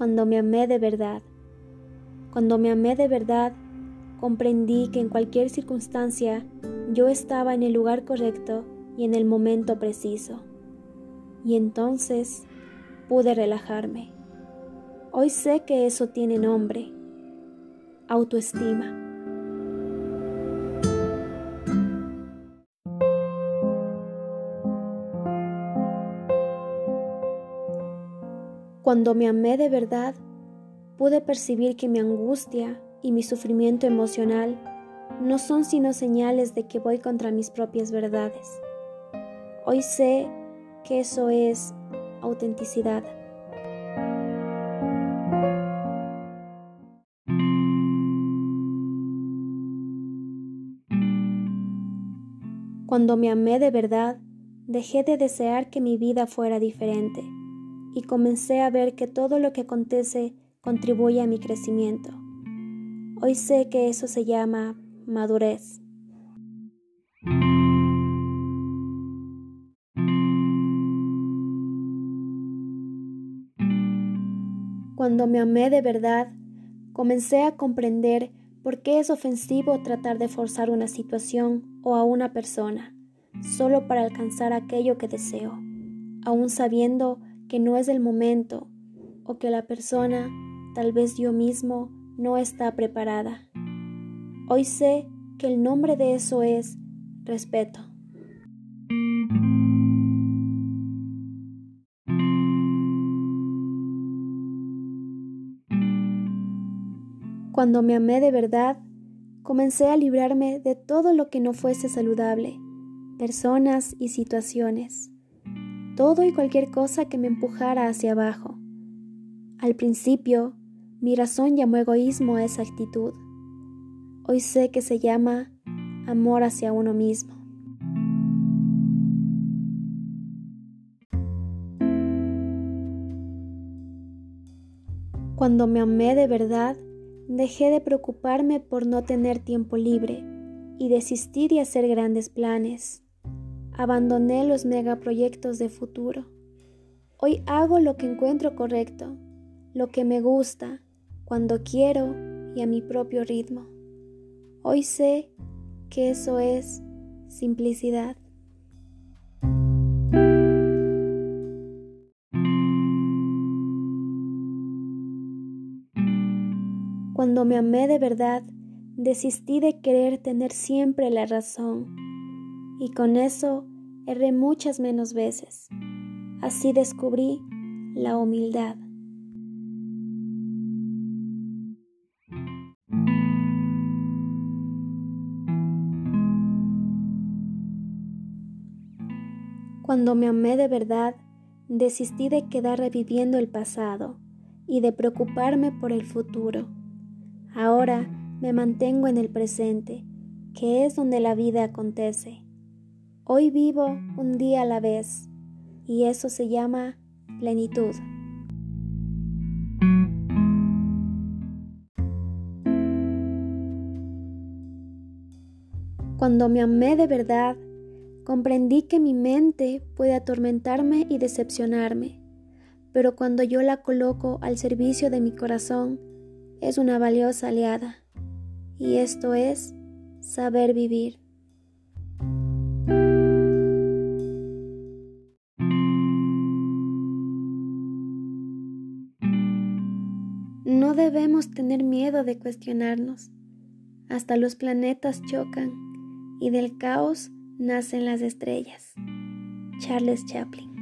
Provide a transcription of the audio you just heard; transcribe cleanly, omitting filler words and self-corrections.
cuando me amé de verdad. Cuando me amé de verdad, comprendí que en cualquier circunstancia yo estaba en el lugar correcto y en el momento preciso. Y entonces pude relajarme. Hoy sé que eso tiene nombre: autoestima. Cuando me amé de verdad, pude percibir que mi angustia y mi sufrimiento emocional no son sino señales de que voy contra mis propias verdades. Hoy sé que eso es autenticidad. Cuando me amé de verdad, dejé de desear que mi vida fuera diferente y comencé a ver que todo lo que acontece contribuye a mi crecimiento. Hoy sé que eso se llama madurez. Cuando me amé de verdad, comencé a comprender por qué es ofensivo tratar de forzar una situación o a una persona solo para alcanzar aquello que deseo, aun sabiendo que no es el momento o que la persona, tal vez yo mismo, no está preparada. Hoy sé que el nombre de eso es respeto. Cuando me amé de verdad, comencé a librarme de todo lo que no fuese saludable, personas y situaciones, todo y cualquier cosa que me empujara hacia abajo. Al principio, mi razón llamó egoísmo a esa actitud. Hoy sé que se llama amor hacia uno mismo. Cuando me amé de verdad, dejé de preocuparme por no tener tiempo libre y desistí de hacer grandes planes. Abandoné los megaproyectos de futuro. Hoy hago lo que encuentro correcto, lo que me gusta, cuando quiero y a mi propio ritmo. Hoy sé que eso es simplicidad. Cuando me amé de verdad, desistí de querer tener siempre la razón, y con eso erré muchas menos veces. Así descubrí la humildad. Cuando me amé de verdad, desistí de quedar reviviendo el pasado y de preocuparme por el futuro. Ahora me mantengo en el presente, que es donde la vida acontece. Hoy vivo un día a la vez, y eso se llama plenitud. Cuando me amé de verdad, comprendí que mi mente puede atormentarme y decepcionarme, pero cuando yo la coloco al servicio de mi corazón, es una valiosa aliada. Y esto es saber vivir. No debemos tener miedo de cuestionarnos. Hasta los planetas chocan y del caos nacen las estrellas. Charles Chaplin.